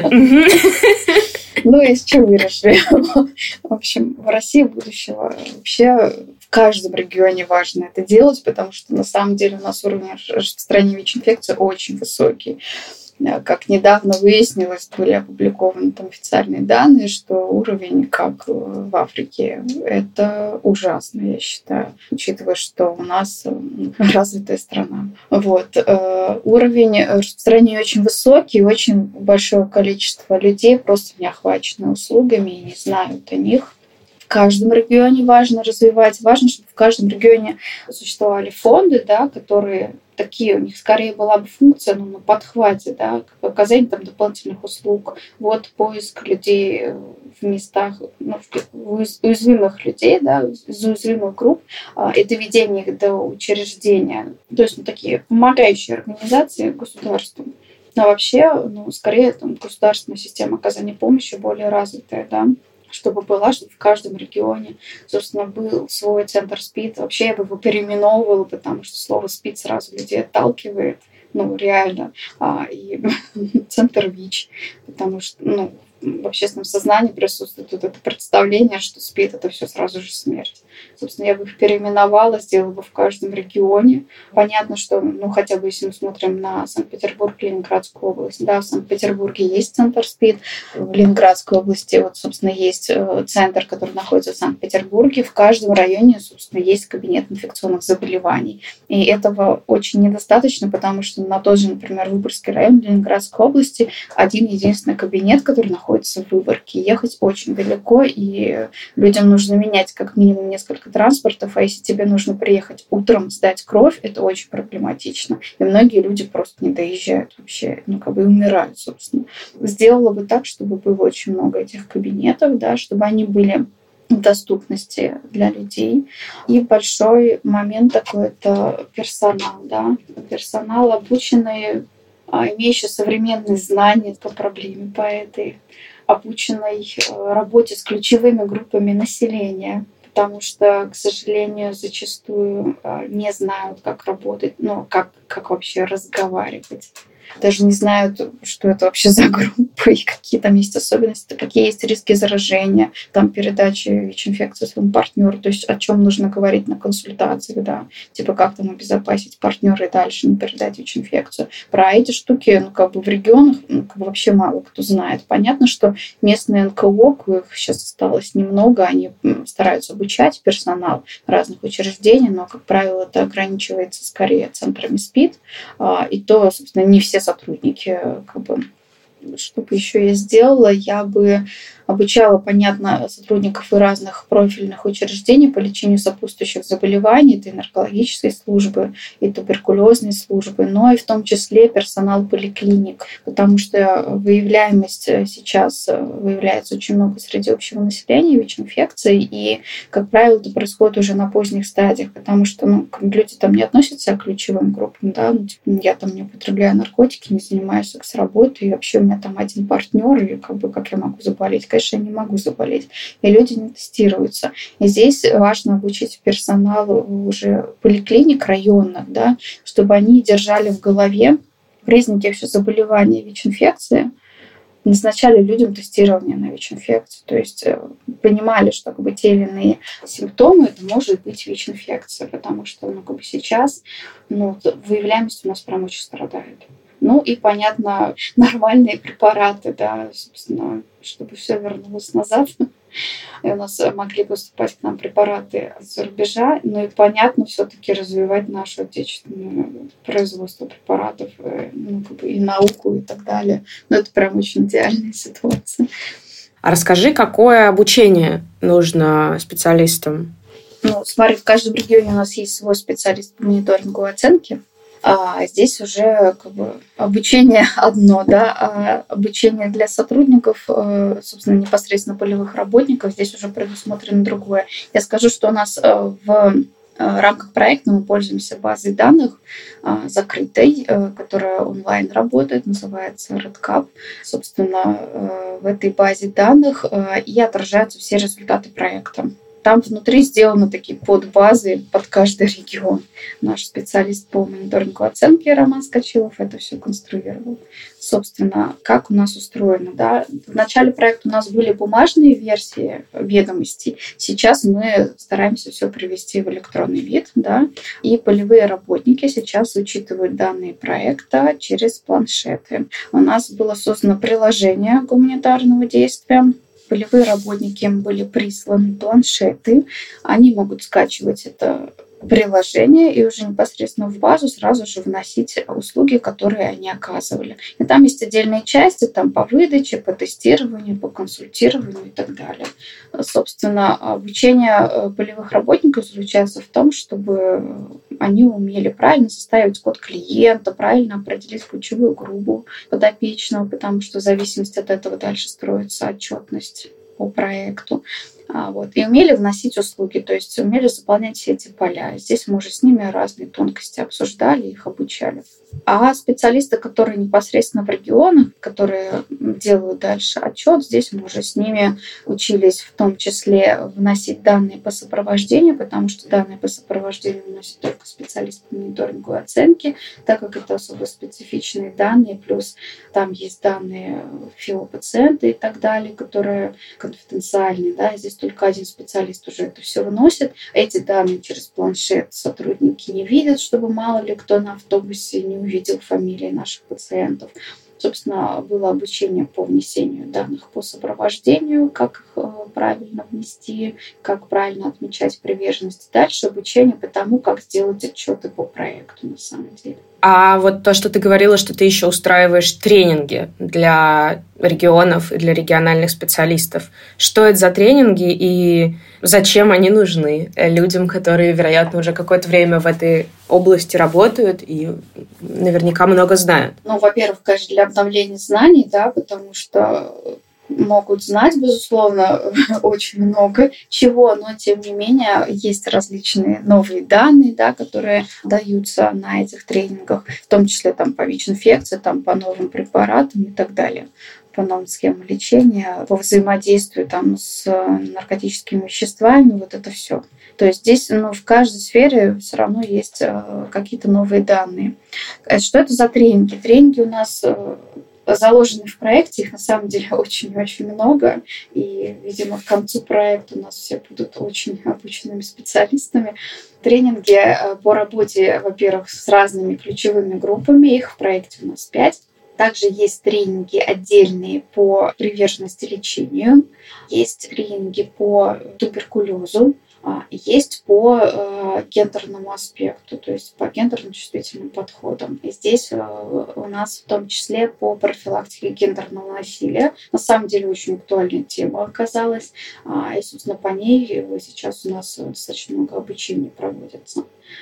Speaker 1: Из чего выросли? В общем, в России будущего вообще в каждом регионе важно это делать, потому что на самом деле у нас уровень распространения ВИЧ-инфекции очень высокий. Как недавно выяснилось, были опубликованы там официальные данные, что уровень, как в Африке, это ужасно, я считаю, учитывая, что у нас развитая страна. Уровень распространения очень высокий, очень большое количество людей просто не охвачены услугами и не знают о них. В каждом регионе важно развивать. Важно, чтобы в каждом регионе существовали фонды, которые такие, у них скорее была бы функция на подхвате, как оказание дополнительных услуг, поиск людей в местах, уязвимых людей, из уязвимых групп, и доведение их до учреждения. То есть такие помогающие организации государству. Но вообще, скорее государственная система оказания помощи более развитая, чтобы в каждом регионе, собственно, был свой центр СПИД. Вообще я бы его переименовывала, потому что слово СПИД сразу людей отталкивает, реально. И центр ВИЧ, потому что, в общественном сознании присутствует это представление, что СПИД — это все сразу же смерть. Собственно, я бы их переименовала, сделала бы в каждом регионе. Понятно, что, хотя бы если мы смотрим на Санкт-Петербург, Ленинградскую область, в Санкт-Петербурге есть центр СПИД, в Ленинградской области, собственно, есть центр, который находится в Санкт-Петербурге, в каждом районе, собственно, есть кабинет инфекционных заболеваний. И этого очень недостаточно, потому что на тот же, например, Выборгский район Ленинградской области один-единственный кабинет, который находится в Выборге. Ехать очень далеко, и людям нужно менять как минимум несколько транспортов, а если тебе нужно приехать утром сдать кровь, это очень проблематично. И многие люди просто не доезжают вообще, и умирают, собственно. Сделала бы так, чтобы было очень много этих кабинетов, чтобы они были в доступности для людей. И большой момент такой — это персонал, Персонал, обученный, имеющий современные знания по проблеме, по этой, обученной работе с ключевыми группами населения, потому что, к сожалению, зачастую не знают, как работать, как вообще разговаривать. Даже не знают, что это вообще за группа и какие там есть особенности, какие есть риски заражения, передачи ВИЧ-инфекции своему партнеру, то есть о чем нужно говорить на консультациях, как там обезопасить партнера и дальше не передать ВИЧ-инфекцию. Про эти штуки, в регионах вообще мало кто знает. Понятно, что местные НКО, их сейчас осталось немного, они стараются обучать персонал разных учреждений, но, как правило, это ограничивается скорее центрами СПИД, и то, собственно, не все сотрудники, что бы еще я сделала, я бы обучала, понятно, сотрудников и разных профильных учреждений по лечению сопутствующих заболеваний, это и наркологические службы, и туберкулезные службы, но и в том числе персонал поликлиник, потому что выявляемость сейчас выявляется очень много среди общего населения ВИЧ-инфекций, и, как правило, это происходит уже на поздних стадиях, потому что люди не относятся к ключевым группам, я не употребляю наркотики, не занимаюсь секс-работой, и вообще у меня один партнер, и как я могу заболеть? Конечно, я не могу заболеть. И люди не тестируются. И здесь важно обучить персонал уже поликлиник районных, чтобы они держали в голове признаки вообще заболевания ВИЧ-инфекции, назначали людям тестирование на ВИЧ-инфекцию. То есть понимали, что те или иные симптомы, это может быть ВИЧ-инфекция, потому что сейчас выявляемость у нас прям очень страдает. И, понятно, нормальные препараты, да, собственно, чтобы все вернулось назад. И у нас могли поступать к нам препараты из-за рубежа, и, понятно, все-таки развивать наше отечественное производство препаратов, и науку и так далее. Но это прям очень идеальная ситуация.
Speaker 2: А расскажи, какое обучение нужно специалистам?
Speaker 1: Смотри, в каждом регионе у нас есть свой специалист по мониторингу и оценке. А здесь уже обучение одно, да, а обучение для сотрудников, собственно, непосредственно полевых работников, здесь уже предусмотрено другое. Я скажу, что у нас в рамках проекта мы пользуемся базой данных закрытой, которая онлайн работает, называется RedCap. Собственно, в этой базе данных и отражаются все результаты проекта. Там внутри сделаны такие подбазы под каждый регион. Наш специалист по мониторингу оценки Роман Скачилов это все конструировал. Собственно, как у нас устроено. Да? В начале проекта у нас были бумажные версии ведомостей. Сейчас мы стараемся все привести в электронный вид. Да? И полевые работники сейчас учитывают данные проекта через планшеты. У нас было создано приложение гуманитарного действия. Полевые работники им были присланы планшеты. Они могут скачивать это приложение и уже непосредственно в базу сразу же вносить услуги, которые они оказывали. И там есть отдельные части там по выдаче, по тестированию, по консультированию и так далее. Собственно, обучение полевых работников заключается в том, чтобы они умели правильно составить код клиента, правильно определить ключевую группу подопечного, потому что в зависимости от этого дальше строится отчетность по проекту. И умели вносить услуги, то есть умели заполнять все эти поля. Здесь мы уже с ними разные тонкости обсуждали, их обучали. А специалисты, которые непосредственно в регионах, которые делают дальше отчет, здесь мы уже с ними учились в том числе вносить данные по сопровождению, потому что данные по сопровождению вносит только специалист по мониторингу и оценке, так как это особо специфичные данные, плюс там есть данные ФИО пациента и так далее, которые конфиденциальные. Да, здесь только один специалист уже это все выносит. Эти данные через планшет сотрудники не видят, чтобы мало ли кто на автобусе не увидел фамилии наших пациентов. Собственно, было обучение по внесению данных по сопровождению, как их правильно внести, как правильно отмечать приверженность. Дальше обучение по тому, как сделать отчеты по проекту на самом деле.
Speaker 2: А вот то, что ты говорила, что ты еще устраиваешь тренинги для регионов и для региональных специалистов. Что это за тренинги и зачем они нужны людям, которые, вероятно, уже какое-то время в этой области работают и наверняка много знают?
Speaker 1: Во-первых, конечно, для обновления знаний, да, потому что могут знать, безусловно, очень много чего, но тем не менее есть различные новые данные, да, которые даются на этих тренингах, в том числе там, по ВИЧ-инфекции, там, по новым препаратам и так далее, по новым схемам лечения, по взаимодействию там, с наркотическими веществами, вот это все. То есть здесь в каждой сфере все равно есть какие-то новые данные. Что это за тренинги? Тренинги у нас заложены в проекте, их на самом деле очень-очень много, и, видимо, к концу проекта у нас все будут очень обученными специалистами. Тренинги по работе, во-первых, с разными ключевыми группами, их в проекте у нас 5. Также есть тренинги отдельные по приверженности лечению, есть тренинги по туберкулезу, есть по гендерному аспекту, то есть по гендерно-чувствительным подходам. И здесь у нас в том числе по профилактике гендерного насилия. На самом деле очень актуальная тема оказалась. И, собственно, по ней сейчас у нас достаточно много обучений проводится.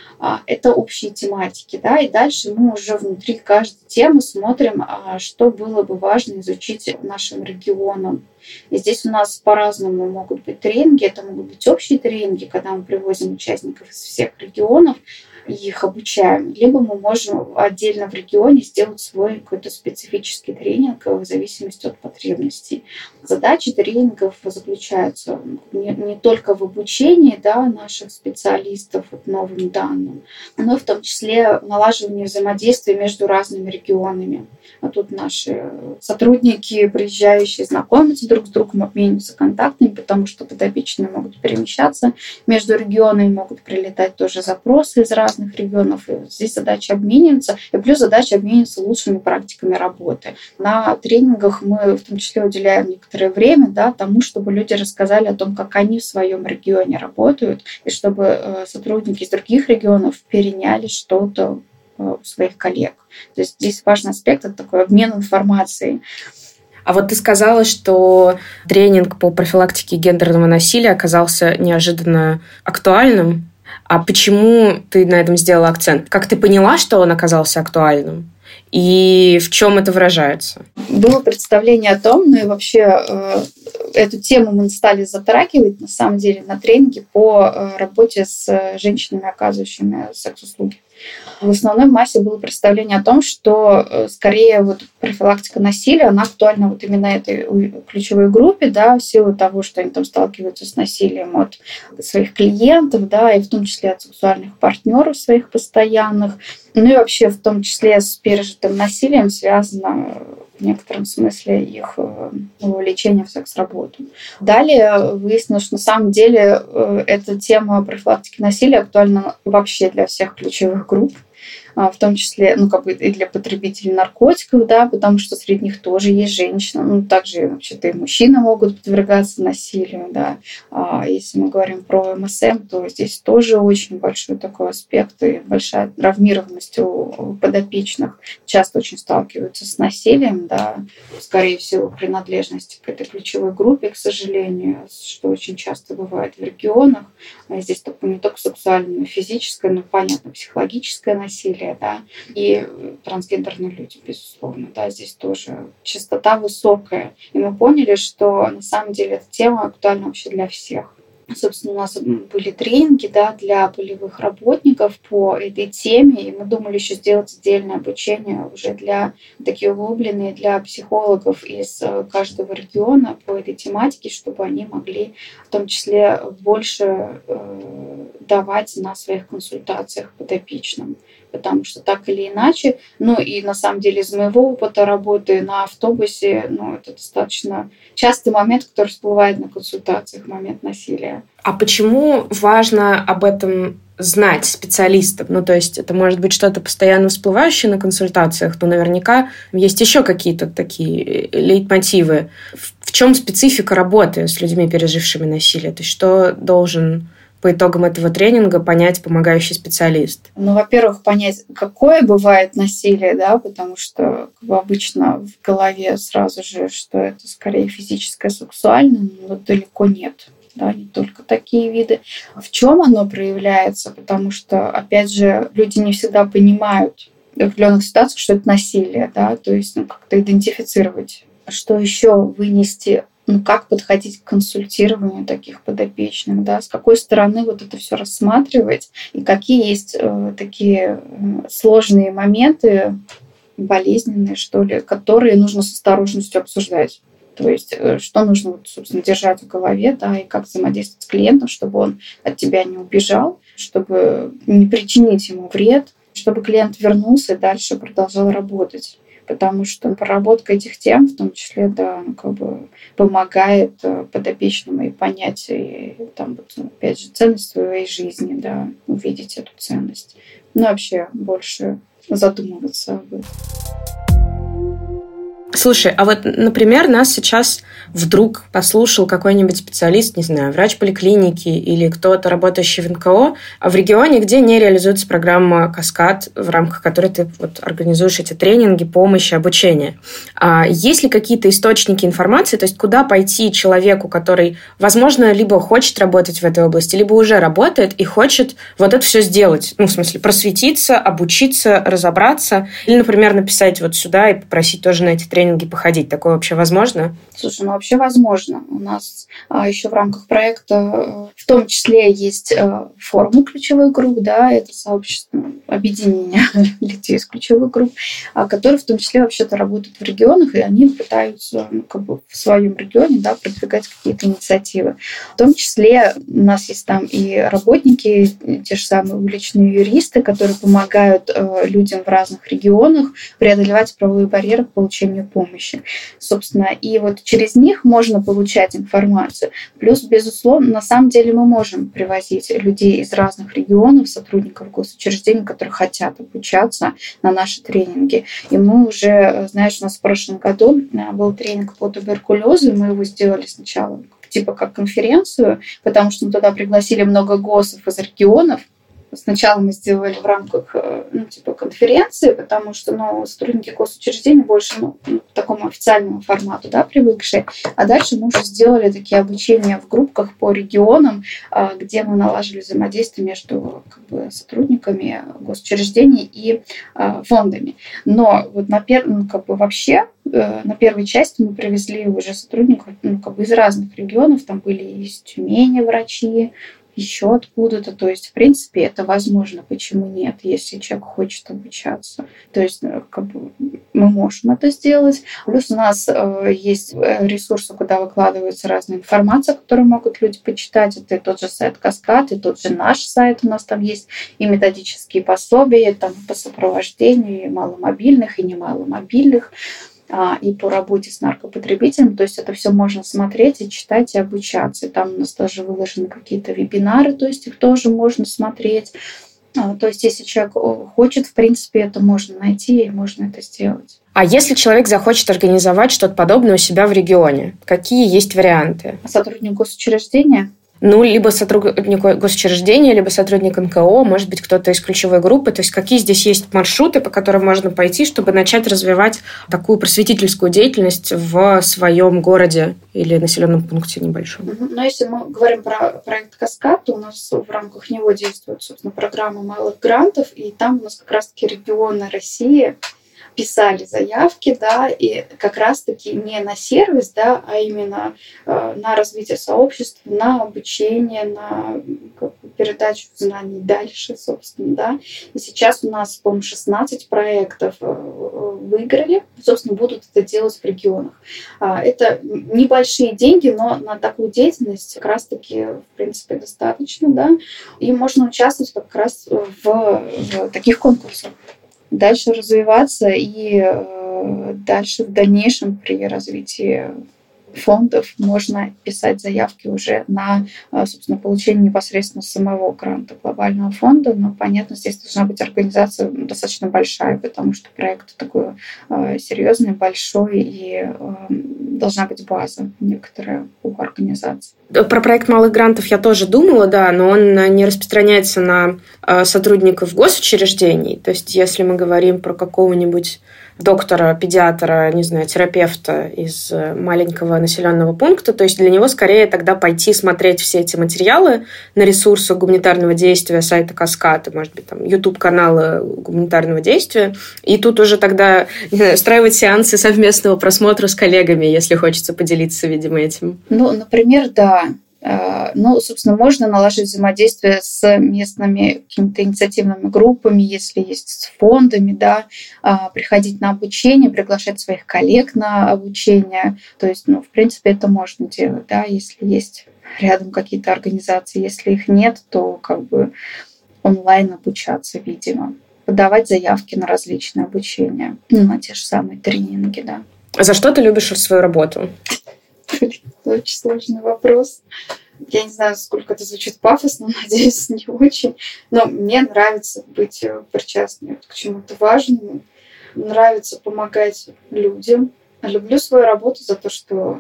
Speaker 1: Это общие тематики, да, и дальше мы уже внутри каждой темы смотрим, что было бы важно изучить нашим регионам. И здесь у нас по-разному могут быть тренинги. Это могут быть общие тренинги, когда мы привозим участников из всех регионов. их обучаем, либо мы можем отдельно в регионе сделать свой какой-то специфический тренинг в зависимости от потребностей. Задачи тренингов заключаются не только в обучении, да, наших специалистов новым данным, но и в том числе в налаживании взаимодействия между разными регионами. А тут наши сотрудники, приезжающие, знакомятся друг с другом, обмениваются контактами, потому что подопечные могут перемещаться между регионами, могут прилетать тоже запросы из разных регионов. И здесь задача обмениваться, и плюс задача обмениваться лучшими практиками работы. На тренингах мы в том числе уделяем некоторое время, да, тому, чтобы люди рассказали о том, как они в своем регионе работают, и чтобы сотрудники из других регионов переняли что-то у своих коллег. То есть здесь важный аспект – это такой обмен информацией.
Speaker 2: А вот ты сказала, что тренинг по профилактике гендерного насилия оказался неожиданно актуальным. А почему ты на этом сделала акцент? Как ты поняла, что он оказался актуальным? И в чем это выражается?
Speaker 1: Было представление о том, ну и вообще эту тему мы стали затрагивать, на самом деле, на тренинге по работе с женщинами, оказывающими секс-услуги. В основной массе было представление о том, что скорее вот профилактика насилия, она актуальна вот именно этой ключевой группе, да, в силу того, что они там сталкиваются с насилием от своих клиентов, да, и в том числе от сексуальных партнеров своих постоянных. Ну и вообще в том числе с пережитым насилием связано в некотором смысле их вовлечение в секс-работу. Далее выяснилось, что на самом деле эта тема профилактики насилия актуальна вообще для всех ключевых групп, в том числе, и для потребителей наркотиков, да, потому что среди них тоже есть женщины. Также вообще-то и мужчины могут подвергаться насилию, да. Если мы говорим про МСМ, то здесь тоже очень большой такой аспект и большая травмированность у подопечных. Часто очень сталкиваются с насилием, да, скорее всего, принадлежности к этой ключевой группе, к сожалению, что очень часто бывает в регионах. Здесь не только сексуальное, но и физическое, но, понятно, психологическое насилие, да, и трансгендерные люди, безусловно, да, здесь тоже частота высокая. И мы поняли, что на самом деле эта тема актуальна вообще для всех. Собственно, у нас были тренинги, да, для полевых работников по этой теме, и мы думали еще сделать отдельное обучение уже для такие углубленные для психологов из каждого региона по этой тематике, чтобы они могли в том числе больше давать на своих консультациях подопечным. Потому что так или иначе, и на самом деле из моего опыта работы на автобусе, это достаточно частый момент, который всплывает на консультациях, момент насилия.
Speaker 2: А почему важно об этом знать специалистам? То есть это может быть что-то постоянно всплывающее на консультациях, но наверняка есть еще какие-то такие лейтмотивы. В чем специфика работы с людьми, пережившими насилие? То есть что должен по итогам этого тренинга понять помогающий специалист?
Speaker 1: Во-первых, понять, какое бывает насилие, да, потому что обычно в голове сразу же, что это скорее физическое, сексуальное, но далеко нет. Да, не только такие виды. В чем оно проявляется? Потому что, опять же, люди не всегда понимают в определенных ситуациях, что это насилие, да, то есть как-то идентифицировать. Что еще вынести, как подходить к консультированию таких подопечных, да, с какой стороны вот это все рассматривать, и какие есть такие сложные моменты, болезненные, что ли, которые нужно с осторожностью обсуждать. То есть, что нужно, собственно, держать в голове, да, и как взаимодействовать с клиентом, чтобы он от тебя не убежал, чтобы не причинить ему вред, чтобы клиент вернулся и дальше продолжал работать. Потому что проработка этих тем, в том числе, да, помогает подопечным и понять, и опять же, ценность своей жизни, да, увидеть эту ценность. Вообще больше задумываться об этом.
Speaker 2: Слушай, а вот, например, нас сейчас вдруг послушал какой-нибудь специалист, не знаю, врач поликлиники или кто-то, работающий в НКО, в регионе, где не реализуется программа «Каскад», в рамках которой ты организуешь эти тренинги, помощь, обучение. А есть ли какие-то источники информации, то есть куда пойти человеку, который, возможно, либо хочет работать в этой области, либо уже работает и хочет вот это все сделать? В смысле, просветиться, обучиться, разобраться. Или, например, написать вот сюда и попросить тоже на эти тренинги тренинги походить. Такое вообще возможно?
Speaker 1: Слушай, вообще возможно. У нас еще в рамках проекта в том числе есть форумы ключевых групп, да, это сообщество объединения людей из ключевых групп, которые в том числе вообще-то работают в регионах, и они пытаются в своем регионе, да, продвигать какие-то инициативы. В том числе у нас есть там и работники, те же самые уличные юристы, которые помогают людям в разных регионах преодолевать правовые барьеры к получению помощи. Собственно, и вот через них можно получать информацию. Плюс, безусловно, на самом деле мы можем привозить людей из разных регионов, сотрудников госучреждений, которые хотят обучаться на наши тренинги. И мы уже, знаешь, у нас в прошлом году был тренинг по туберкулезу, и мы его сделали сначала типа как конференцию, потому что мы туда пригласили много госов из регионов. Сначала мы сделали в рамках конференции, потому что сотрудники госучреждений больше к такому официальному формату, да, привыкшие. А дальше мы уже сделали такие обучения в группках по регионам, где мы налаживали взаимодействие между сотрудниками госучреждений и фондами. Но вот на первой части мы привезли уже сотрудников из разных регионов. Там были из Тюмени врачи, еще откуда-то. То есть, в принципе, это возможно. Почему нет, если человек хочет обучаться? То есть, мы можем это сделать. Плюс у нас есть ресурсы, куда выкладывается разная информация, которую могут люди почитать. Это и тот же сайт Каскад, и тот же наш сайт. У нас там есть и методические пособия там, по сопровождению и маломобильных, и немаломобильных, и по работе с наркопотребителем. То есть это все можно смотреть и читать, и обучаться. И там у нас тоже выложены какие-то вебинары, то есть их тоже можно смотреть. То есть если человек хочет, в принципе, это можно найти и можно это сделать.
Speaker 2: А если человек захочет организовать что-то подобное у себя в регионе, какие есть варианты?
Speaker 1: Сотрудник госучреждения?
Speaker 2: Либо сотрудник госучреждения, либо сотрудник НКО, может быть, кто-то из ключевой группы. То есть какие здесь есть маршруты, по которым можно пойти, чтобы начать развивать такую просветительскую деятельность в своем городе или населенном пункте небольшом?
Speaker 1: Но если мы говорим про проект «Каскад», то у нас в рамках него действует, собственно, программа малых грантов, и там у нас как раз-таки регионы России писали заявки, да, и как раз-таки не на сервис, да, а именно на развитие сообщества, на обучение, на передачу знаний дальше, собственно, да. И сейчас у нас, по-моему, 16 проектов выиграли, собственно, будут это делать в регионах. Это небольшие деньги, но на такую деятельность как раз-таки, в принципе, достаточно, да, и можно участвовать как раз в таких конкурсах. Дальше развиваться и дальше в дальнейшем при развитии фондов можно писать заявки уже на, собственно, получение непосредственно самого гранта глобального фонда. Но, понятно, здесь должна быть организация достаточно большая, потому что проект такой серьезный, большой, и должна быть база некоторая у организации.
Speaker 2: Про проект малых грантов я тоже думала, да, но он не распространяется на сотрудников госучреждений. То есть, если мы говорим про какого-нибудь доктора, педиатра, не знаю, терапевта из маленького населенного пункта, то есть для него скорее тогда пойти смотреть все эти материалы на ресурсах гуманитарного действия сайта Каскад, может быть, там YouTube-каналы гуманитарного действия, и тут уже тогда устраивать сеансы совместного просмотра с коллегами, если хочется поделиться, видимо, этим.
Speaker 1: Например, да. Собственно, можно наложить взаимодействие с местными какими-то инициативными группами, если есть с фондами, да, приходить на обучение, приглашать своих коллег на обучение. То есть, в принципе, это можно делать, да, если есть рядом какие-то организации. Если их нет, то онлайн обучаться, видимо. Подавать заявки на различные обучения, на те же самые тренинги, да.
Speaker 2: За что ты любишь свою работу?
Speaker 1: Очень сложный вопрос. Я не знаю, сколько это звучит пафосно, надеюсь, не очень. Но мне нравится быть причастной к чему-то важному. Нравится помогать людям. Люблю свою работу за то, что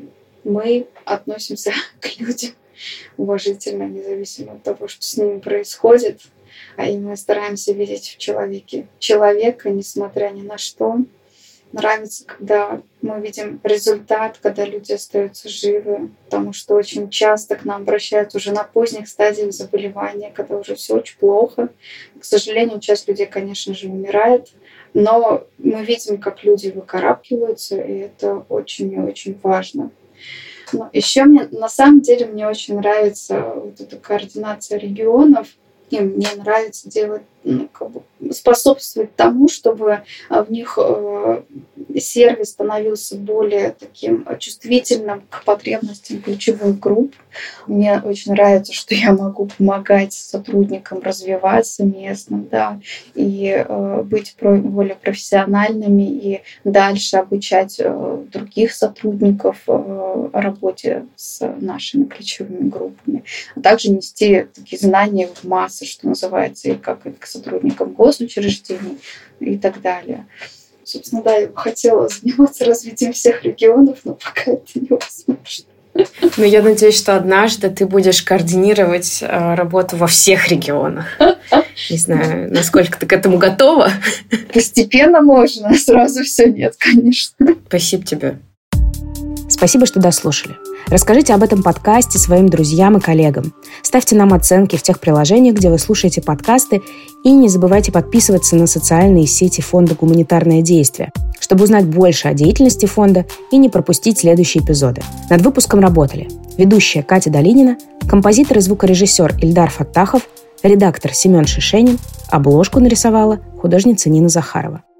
Speaker 1: мы относимся к людям уважительно, независимо от того, что с ними происходит. И мы стараемся видеть в человеке человека, несмотря ни на что. Нравится, когда мы видим результат, когда люди остаются живы, потому что очень часто к нам обращаются уже на поздних стадиях заболевания, когда уже все очень плохо. К сожалению, часть людей, конечно же, умирает, Но мы видим, как люди выкарабкиваются, и это очень и очень важно. Но еще на самом деле мне очень нравится вот эта координация регионов. И мне нравится делать, способствовать тому, чтобы в них сервис становился более таким чувствительным к потребностям ключевых групп. Мне очень нравится, что я могу помогать сотрудникам развиваться местным, да, и быть более профессиональными, и дальше обучать других сотрудников работе с нашими ключевыми группами, а также нести такие знания в массы, что называется, и как к сотрудникам госучреждений и так далее. Собственно, да, я бы хотела заниматься развитием всех регионов, но пока это невозможно.
Speaker 2: Но я надеюсь, что однажды ты будешь координировать работу во всех регионах. Не знаю, насколько ты к этому готова.
Speaker 1: Постепенно можно, сразу все нет, конечно.
Speaker 2: Спасибо тебе. Спасибо, что дослушали. Расскажите об этом подкасте своим друзьям и коллегам. Ставьте нам оценки в тех приложениях, где вы слушаете подкасты, и не забывайте подписываться на социальные сети фонда «Гуманитарное действие», чтобы узнать больше о деятельности фонда и не пропустить следующие эпизоды. Над выпуском работали ведущая Катя Долинина, композитор и звукорежиссер Ильдар Фаттахов, редактор Семен Шишенин, обложку нарисовала художница Нина Захарова.